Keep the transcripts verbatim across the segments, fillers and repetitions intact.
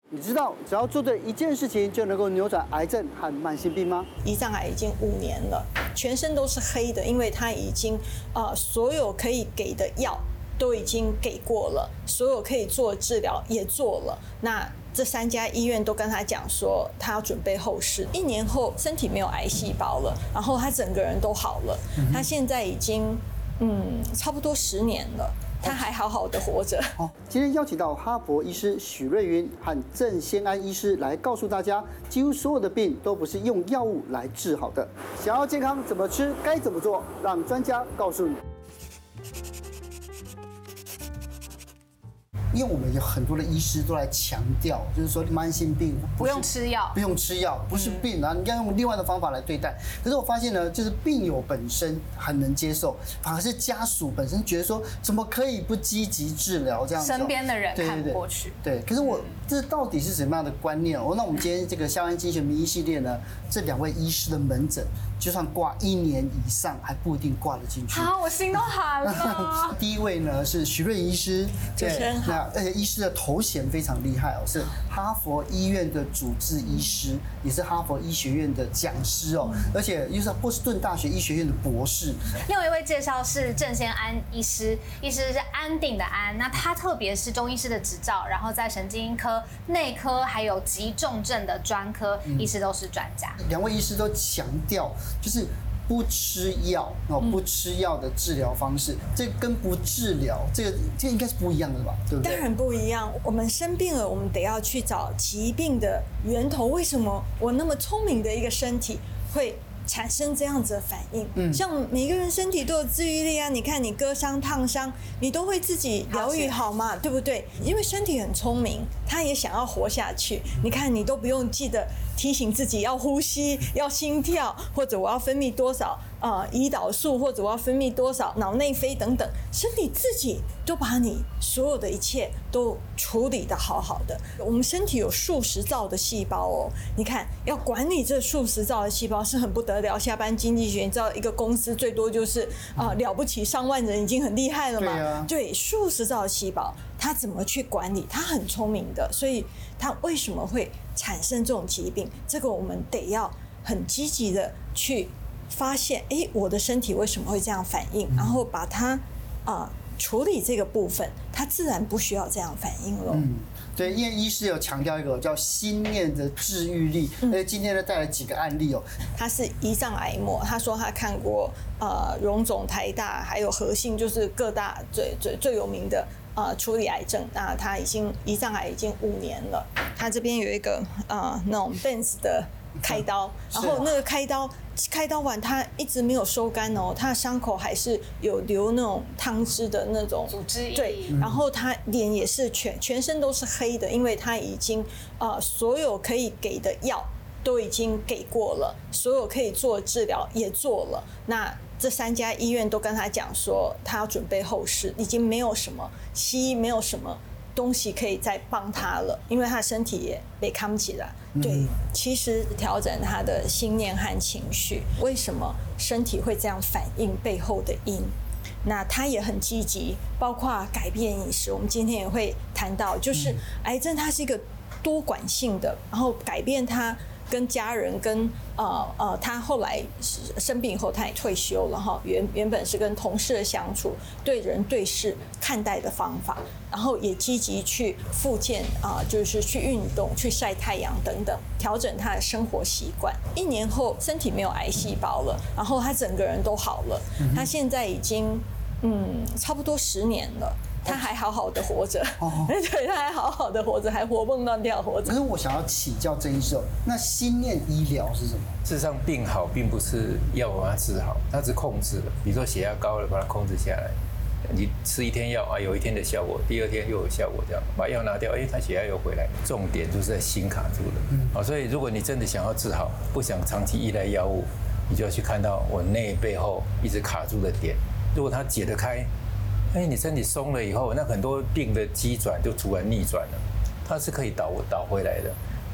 你知道只要做对一件事情就能够扭转癌症和慢性病吗？ 胰脏癌已经五年了，全身都是黑的，因为他已经呃所有可以给的药都已经给过了，所有可以做的治疗也做了。那这三家医院都跟他讲说，他要准备后事。一年后身体没有癌细胞了，然后他整个人都好了。嗯、他现在已经嗯差不多十年了。他还好好的活着。 哦，今天邀请到哈佛医师许瑞云和郑先安医师来告诉大家，几乎所有的病都不是用药物来治好的。想要健康怎么吃，该怎么做，让专家告诉你。因为我们有很多的医师都来强调，就是说慢性病不用吃药， 不用吃药，不是病啊，你要用另外的方法来对待。可是我发现呢，就是病友本身很能接受，反而是家属本身觉得说，怎么可以不积极治疗这样子？ 身边的人看不过去。 对，可是我这到底是什么样的观念哦？那我们今天这个消安精选名医系列呢，这两位医师的门诊，就算挂一年以上，还不一定挂得进去。 好，我心都寒了。 第一位呢是徐瑞医师， 主持人好。 而且医师的头衔非常厉害哦，是哈佛医院的主治医师，也是哈佛医学院的讲师哦，而且又是波士顿大学医学院的博士。 另外一位介绍是郑先安医师，医师是安定的安，那他特别是中医师的执照，然后在神经科、内科还有急重症的专科，医师都是专家。 两位医师都强调，就是不吃药哦，不吃药的治疗方式，嗯、这跟不治疗，这个这个应该是不一样的吧？对不对？ 当然不一样。我们生病了，我们得要去找疾病的源头。为什么我那么聪明的一个身体会产生这样子的反应？嗯，像每个人身体都有自愈力啊。你看你割伤、烫伤，你都会自己疗愈好嘛，对不对？因为身体很聪明，他也想要活下去。你看你都不用记得提醒自己要呼吸、要心跳，或者我要分泌多少呃胰岛素，或者我要分泌多少脑内啡等等，身体自己都把你所有的一切都处理得好好的。我们身体有数十兆的细胞哦，你看要管理这数十兆的细胞是很不得了。下班经济学，你知道一个公司最多就是啊、呃、了不起上万人已经很厉害了嘛？ 对啊， 对，数十兆的细胞，它怎么去管理？它很聪明的，所以它为什么会产生这种疾病？这个我们得要很积极的去发现，哎，我的身体为什么会这样反应？然后把它啊、呃、处理这个部分，它自然不需要这样反应了。 嗯，对，因为医师有强调一个叫心念的治愈力，而且今天呢带来几个案例哦。 他是胰脏癌末，他说他看过呃荣总、台大还有和信，就是各大最最最有名的呃处理癌症。那他已经胰脏癌已经五年了。他这边有一个呃那种 Benz 的开刀，然后那个开刀开刀完，他一直没有收干哦，他的伤口还是有流那种汤汁的那种组织液。 对，然后他脸也是全全身都是黑的，因为他已经呃所有可以给的药都已经给过了，所有可以做的治疗也做了。那这三家医院都跟他讲说，他要准备后事，已经没有什么西医，没有什么东西可以再帮他了，因为他身体也被扛起来。对，其实调整他的心念和情绪，为什么身体会这样反应背后的因，那他也很积极，包括改变饮食。我们今天也会谈到，就是癌症它是一个多管性的，然后改变他跟家人跟呃呃，他后来生病以后，他也退休了哈。原原本是跟同事的相处，对人对事看待的方法，然后也积极去复健啊、呃，就是去运动、去晒太阳等等，调整他的生活习惯。一年后，身体没有癌细胞了，然后他整个人都好了。他现在已经嗯差不多十年了。他还好好的活着，哦、对，他还好好的活着，还活蹦乱跳活着。 可是我想要请教郑医师，那心念医疗是什么？ 事实上，病好并不是要把它治好，它只控制了。比如说血压高了，把它控制下来。你吃一天药啊，有一天的效果，第二天又有效果，这样把药拿掉，哎，它血压又回来。重点就是在心卡住了。嗯，好，所以如果你真的想要治好，不想长期依赖药物，你就要去看到我内背后一直卡住的点。如果它解得开，哎，你身体松了以后，那很多病的机转就突然逆转了，它是可以倒倒回来的。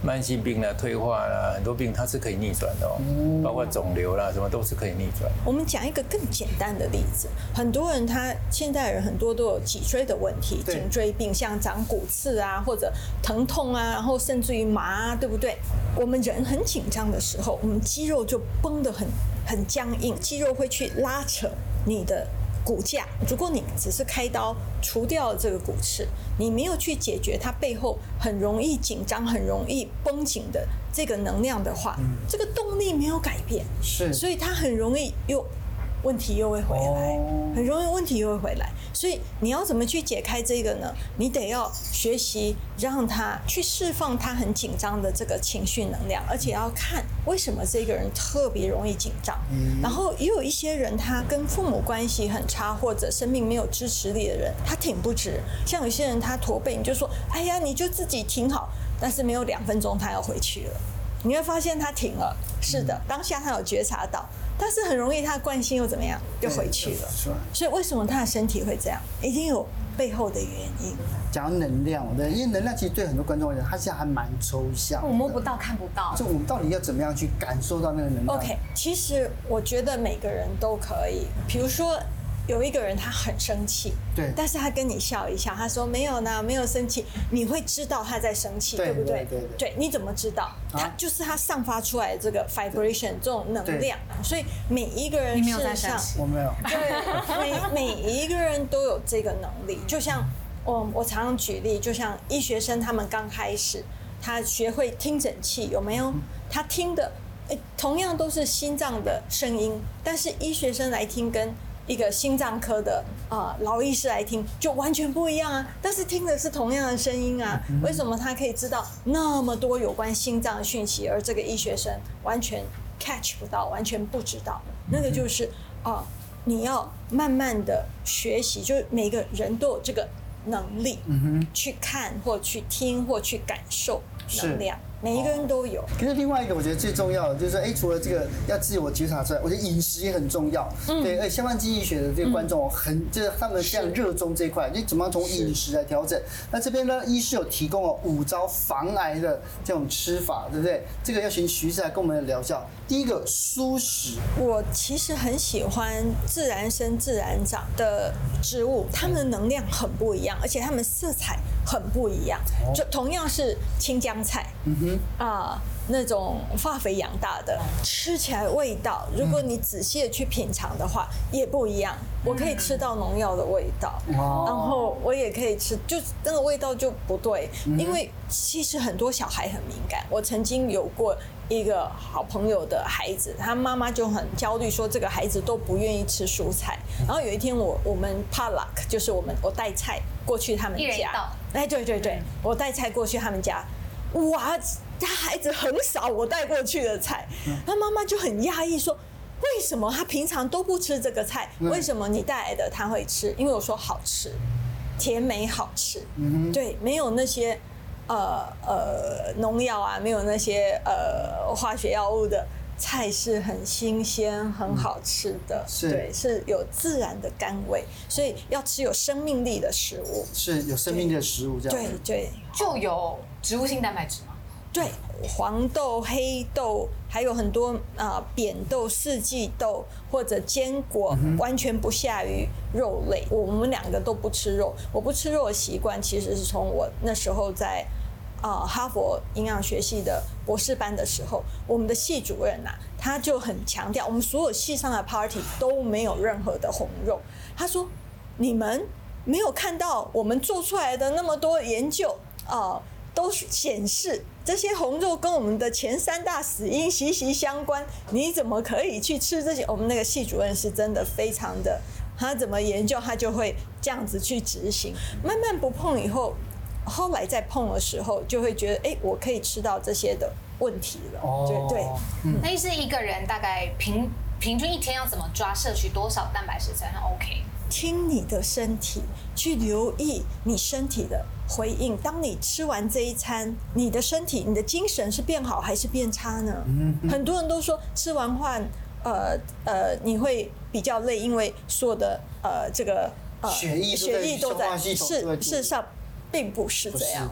慢性病啦、退化啦，很多病它是可以逆转的哦，包括肿瘤啦，什么都是可以逆转。 我们讲一个更简单的例子，很多人他现代人很多都有脊椎的问题，颈椎病像长骨刺啊，或者疼痛啊，然后甚至于麻啊，对不对？我们人很紧张的时候，我们肌肉就绷得很很僵硬，肌肉会去拉扯你的骨架。如果你只是开刀除掉了这个骨刺，你没有去解决它背后很容易紧张、很容易绷紧的这个能量的话，嗯、这个动力没有改变， 是， 所以它很容易又问题又会回来，哦、很容易问题又会回来。所以你要怎么去解开这个呢？你得要学习让他去释放他很紧张的这个情绪能量，而且要看为什么这个人特别容易紧张。嗯、然后也有一些人他跟父母关系很差，或者生命没有支持力的人，他挺不直。像有些人他驼背，你就说哎呀你就自己挺好，但是没有两分钟他要回去了。你会发现他停了，是的，当下他有觉察到，但是很容易他的惯性又怎么样，又回去了。所以为什么他的身体会这样，一定有背后的原因。 讲到能量，对，因为能量其实对很多观众而言，它现在还蛮抽象的， 我摸不到、看不到。 就我们到底要怎么样去感受到那个能量 ？OK， 其实我觉得每个人都可以，比如说。有一个人他很生气， 对， 但是他跟你笑一笑，他说没有呢，没有生气，你会知道他在生气， 对, 对不对？ 对对对, 对，你怎么知道？啊、他就是他散发出来的这个 vibration 这种能量，所以每一个人身上， 我没有， 对，每每一个人都有这个能力。就像我我常常举例，就像医学生他们刚开始，他学会听诊器，有没有？他听的，同样都是心脏的声音，但是医学生来听跟一个心脏科的呃老医师来听就完全不一样啊，但是听的是同样的声音啊，为什么他可以知道那么多有关心脏的讯息，而这个医学生完全 catch 不到，完全不知道？那个就是啊、呃，你要慢慢的学习，就是每个人都有这个能力，去看或去听或去感受能量。每一个人都有。 可是另外一个，我觉得最重要的就是说，哎，除了这个要自我觉察之外，我觉得饮食也很重要。嗯、对，而相关经济学的这个观众很，就是他们非常热衷这一块，你怎么样从饮食来调整？那这边呢，医师有提供了五招防癌的这种吃法，对不对？这个要请徐医师来跟我们聊一下。第一个，蔬食。 我其实很喜欢自然生、自然长的植物，它们的能量很不一样，而且它们色彩很不一样。就同样是青江菜。嗯哼。啊、呃，那种化肥养大的，吃起来味道，如果你仔细的去品尝的话，也不一样。我可以吃到农药的味道，然后我也可以吃，就那个味道就不对。因为其实很多小孩很敏感。我曾经有过一个好朋友的孩子，他妈妈就很焦虑，说这个孩子都不愿意吃蔬菜。然后有一天我我们 potluck 就是我们我带菜过去他们家，哎，对对对，我带菜过去他们家。哇，他孩子很少我带过去的菜，他妈妈就很压抑说，为什么他平常都不吃这个菜，为什么你带来的他会吃？因为我说好吃，甜美好吃，嗯、对，没有那些呃呃农药啊，没有那些呃化学药物的菜是很新鲜很好吃的， 是对，是有自然的甘味，所以要吃有生命力的食物， 是有生命力的食物，这样对对， 就有植物性蛋白质吗？ 对，黄豆、黑豆，还有很多啊、呃、扁豆、四季豆或者坚果，嗯、完全不下于肉类。我们两个都不吃肉，我不吃肉的习惯其实是从我那时候在啊、呃、哈佛营养学系的博士班的时候，我们的系主任呐、啊，他就很强调，我们所有系上的 party 都没有任何的红肉。他说，你们没有看到我们做出来的那么多研究啊。呃都显示这些红肉跟我们的前三大死因息息相关，你怎么可以去吃这些？我们那个系主任是真的非常的，他怎么研究他就会这样子去执行。慢慢不碰以后，后来再碰的时候，就会觉得哎、欸，我可以吃到这些的问题了。 哦， 对， 嗯、那意思一个人大概平平均一天要怎么抓摄取多少蛋白质才能 OK？ 听你的身体，去留意你身体的回应。当你吃完这一餐，你的身体、你的精神是变好还是变差呢？嗯、很多人都说吃完饭，呃呃，你会比较累，因为所有的呃这个呃血液血液都在， 是事实上并不是这样。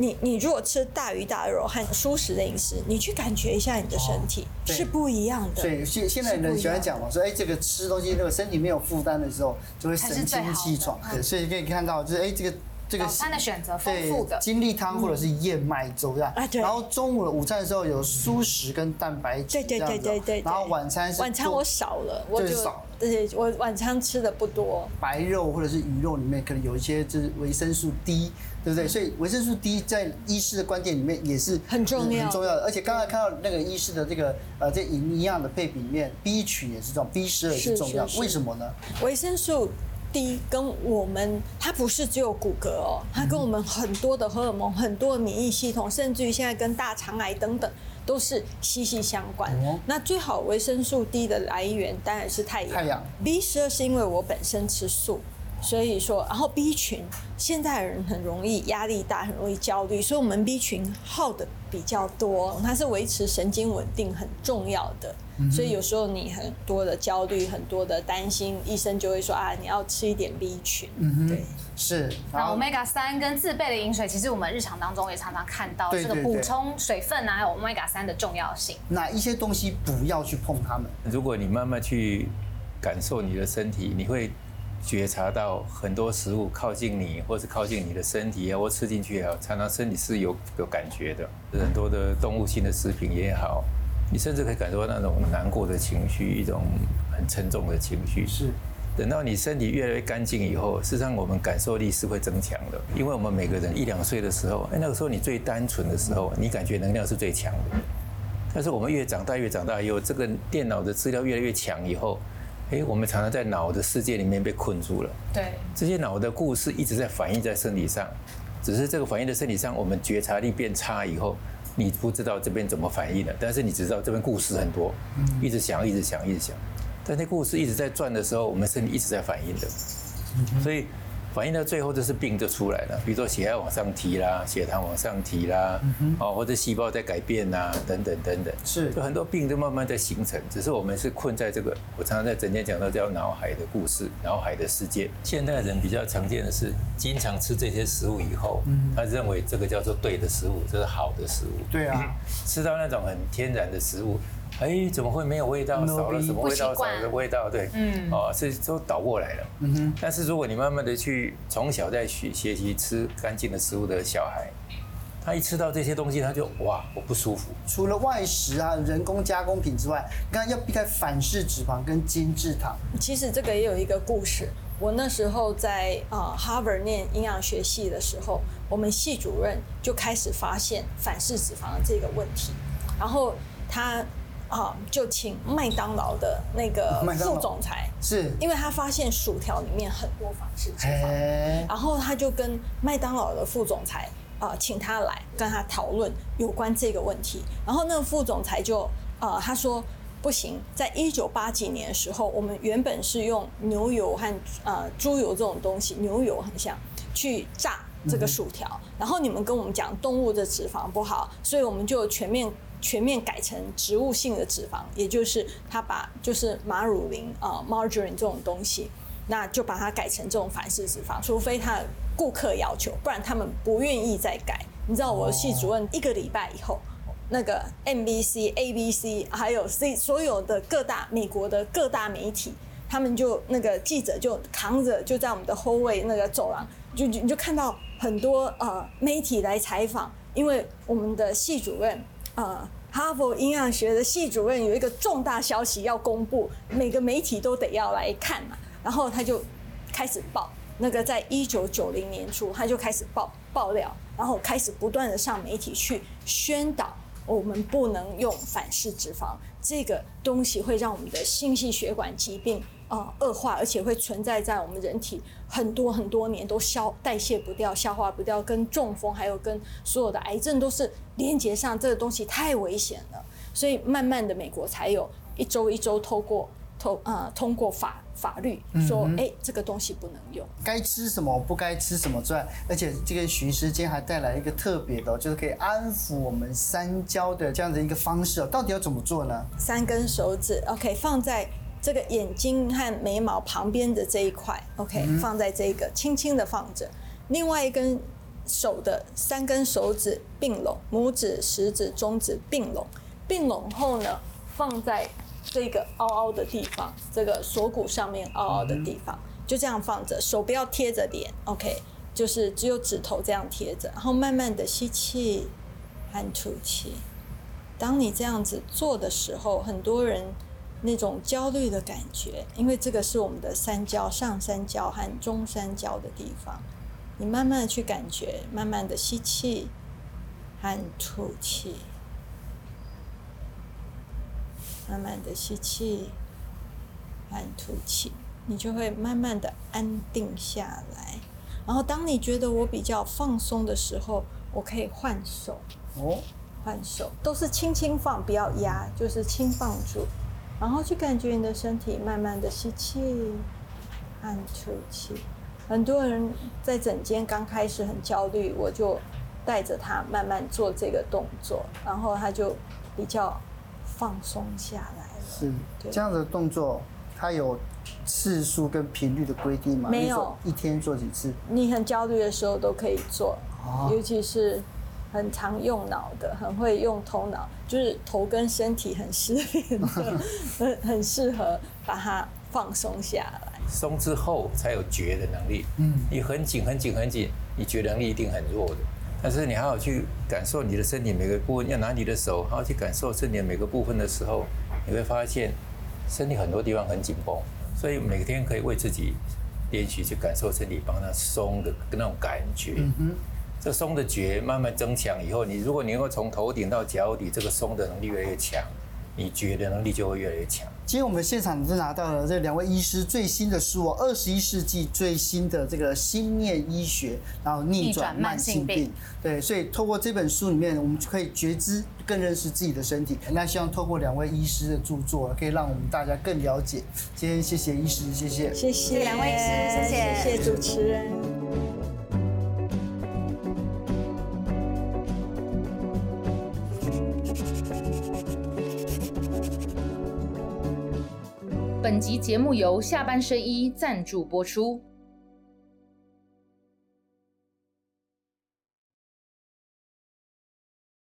你你如果吃大鱼大肉和蔬食的饮食，你去感觉一下你的身体、 哦、 是不一样的。 所以现现在人喜欢讲嘛，说哎，这个吃东西那个身体没有负担的时候，就会神清气爽。对，所以可以看到，就是哎，这个。这个早餐的选择丰富的， 精力汤或者是燕麦粥这样。 啊，对。 然后中午的午餐的时候有蔬食跟蛋白质， 对对对对对。 然后晚餐是晚餐我少了，我就少。 对，我晚餐吃的不多。 白肉或者是鱼肉里面可能有一些就是维生素 D， 对不对？所以维生素 D 在医师的观点里面也是很重要、 很重要的。而且刚才看到那个医师的这个呃这营养的配比里面 ，B 群也是这种 ，B 十二也是重要，为什么呢？ 维生素。D 跟我们，它不是只有骨骼哦，它跟我们很多的荷尔蒙、很多的免疫系统，甚至于现在跟大肠癌等等都是息息相关。哦、那最好维生素 D 的来源当然是太阳。 太阳 B 十二是因为我本身吃素，所以说，然后 B 群现在人很容易压力大，很容易焦虑，所以我们 B 群耗的比较多，它是维持神经稳定很重要的。所以有时候你很多的焦虑，很多的担心，医生就会说啊，你要吃一点 B 群。嗯，对， 是。 那 Omega 三跟自备的饮水，其实我们日常当中也常常看到这个补充水分啊，还有 Omega 三的重要性。 哪一些东西不要去碰它们？ 如果你慢慢去感受你的身体，你会觉察到很多食物靠近你，或是靠近你的身体啊，或吃进去也好，常常身体是有有感觉的。很多的动物性的食品也好。你甚至可以感受到那种难过的情绪，一种很沉重的情绪。 是， 等到你身体越来越干净以后，事实上我们感受力是会增强的。因为我们每个人一两岁的时候，哎，那个时候你最单纯的时候，你感觉能量是最强的。但是我们越长大越长大以后，这个电脑的资料越来越强以后，哎，我们常常在脑的世界里面被困住了。 对， 这些脑的故事一直在反映在身体上，只是这个反映在身体上，我们觉察力变差以后。你不知道这边怎么反应的，但是你只知道这边故事很多，一直想，一直想，一直想。但那故事一直在转的时候，我们身体一直在反应的，所以反应到最后就是病就出来了。比如说血压往上提啦，血糖往上提啦，哦，或者细胞在改变啦，等等等等。 是， 就很多病都慢慢在形成，只是我们是困在这个。我常常在诊间讲到叫脑海的故事，脑海的世界。现代人比较常见的是，经常吃这些食物以后，他认为这个叫做对的食物，这是好的食物。 对啊， 吃到那种很天然的食物。哎，怎么会没有味道？少了什么味道？少了味道，对，嗯，哦，是都倒过来了。嗯哼。但是如果你慢慢的去从小在学学习吃干净的食物的小孩，他一吃到这些东西，他就哇，我不舒服。 除了外食啊、人工加工品之外，刚刚要避开反式脂肪跟精制糖。 其实这个也有一个故事。我那时候在啊、呃、Harvard 念营养学系的时候，我们系主任就开始发现反式脂肪的这个问题，然后他。啊，就请麦当劳的那个副总裁， 是因为他发现薯条里面很多反式脂肪，然后他就跟麦当劳的副总裁啊、呃，请他来跟他讨论有关这个问题。然后那个副总裁就啊、呃，他说不行，在一九八几年的时候，我们原本是用牛油和呃猪油这种东西，牛油很像去炸这个薯条，嗯、然后你们跟我们讲动物的脂肪不好，所以我们就全面。全面改成植物性的脂肪，也就是他把就是马乳磷啊、呃、margarine 这种东西，那就把它改成这种反式脂肪，除非他的顾客要求，不然他们不愿意再改。你知道我的系主任一个礼拜以后，那个 N B C、A B C 还有 C 所有的各大美国的各大媒体，他们就那个记者就扛着就在我们的后卫那个走廊，就你就看到很多呃媒体来采访，因为我们的系主任。呃，哈佛营养学的系主任有一个重大消息要公布，每个媒体都得要来看嘛。然后他就开始报，那个在一九九零年初他就开始爆爆料，然后开始不断的上媒体去宣导，我们不能用反式脂肪，这个东西会让我们的心系血管疾病呃恶化，而且会存在在我们人体很多很多年都消代谢不掉、消化不掉，跟中风还有跟所有的癌症都是连结上，这个东西太危险了，所以慢慢的美国才有一周一周透过透呃通过法法律说，哎、嗯，这个东西不能用。 该吃什么不该吃什么之外，而且这个徐医师今天还带来一个特别的，就是可以安抚我们三焦的这样的一个方式，到底要怎么做呢？ 三根手指 ，OK， 放在这个眼睛和眉毛旁边的这一块 ，OK，、嗯、放在这个轻轻的放着。另外一根手的三根手指并拢，拇指、食指、中指并拢，并拢后呢，放在这个凹凹的地方，这个锁骨上面凹凹的地方，就这样放着，手不要贴着脸 ，OK， 就是只有指头这样贴着，然后慢慢的吸气和吐气。当你这样子做的时候，很多人那种焦虑的感觉，因为这个是我们的三焦、上三焦和中三焦的地方，你慢慢的去感觉，慢慢的吸气和吐气，慢慢的吸气和吐气，你就会慢慢的安定下来。然后当你觉得我比较放松的时候，我可以换手哦， 换手都是轻轻放，不要压，就是轻放住，然后去感觉你的身体慢慢的吸气和吐气。很多人在诊间刚开始很焦虑，我就带着他慢慢做这个动作，然后他就比较放松下来了。 是这样的动作，它有次数跟频率的规定吗？ 没有， 一天做几次？ 你很焦虑的时候都可以做， 哦、 尤其是很常用脑的，很会用头脑，就是头跟身体很失联的，很很适合把它放松下来。 松之后才有觉的能力。嗯，你很紧很紧很紧，你觉能力一定很弱的。但是你好好去感受你的身体每个部分，要拿你的手好好去感受身体的每个部分的时候，你会发现身体很多地方很紧绷。所以每天可以为自己练习去感受身体，帮它松的那种感觉。嗯哼，这松的觉慢慢增强以后，你如果你能够从头顶到脚底，这个松的能力越来越强，你觉的能力就会越来越强。 今天我们现场就拿到了这两位医师最新的书哦，二十一世纪最新的这个心念医学，然后逆转慢性病。对，所以透过这本书里面，我们就可以觉知、更认识自己的身体。那希望透过两位医师的著作，可以让我们大家更了解。今天谢谢医师，谢谢， 谢谢两位医师，谢谢， 谢谢主持人。 本集节目由下半身衣赞助播出。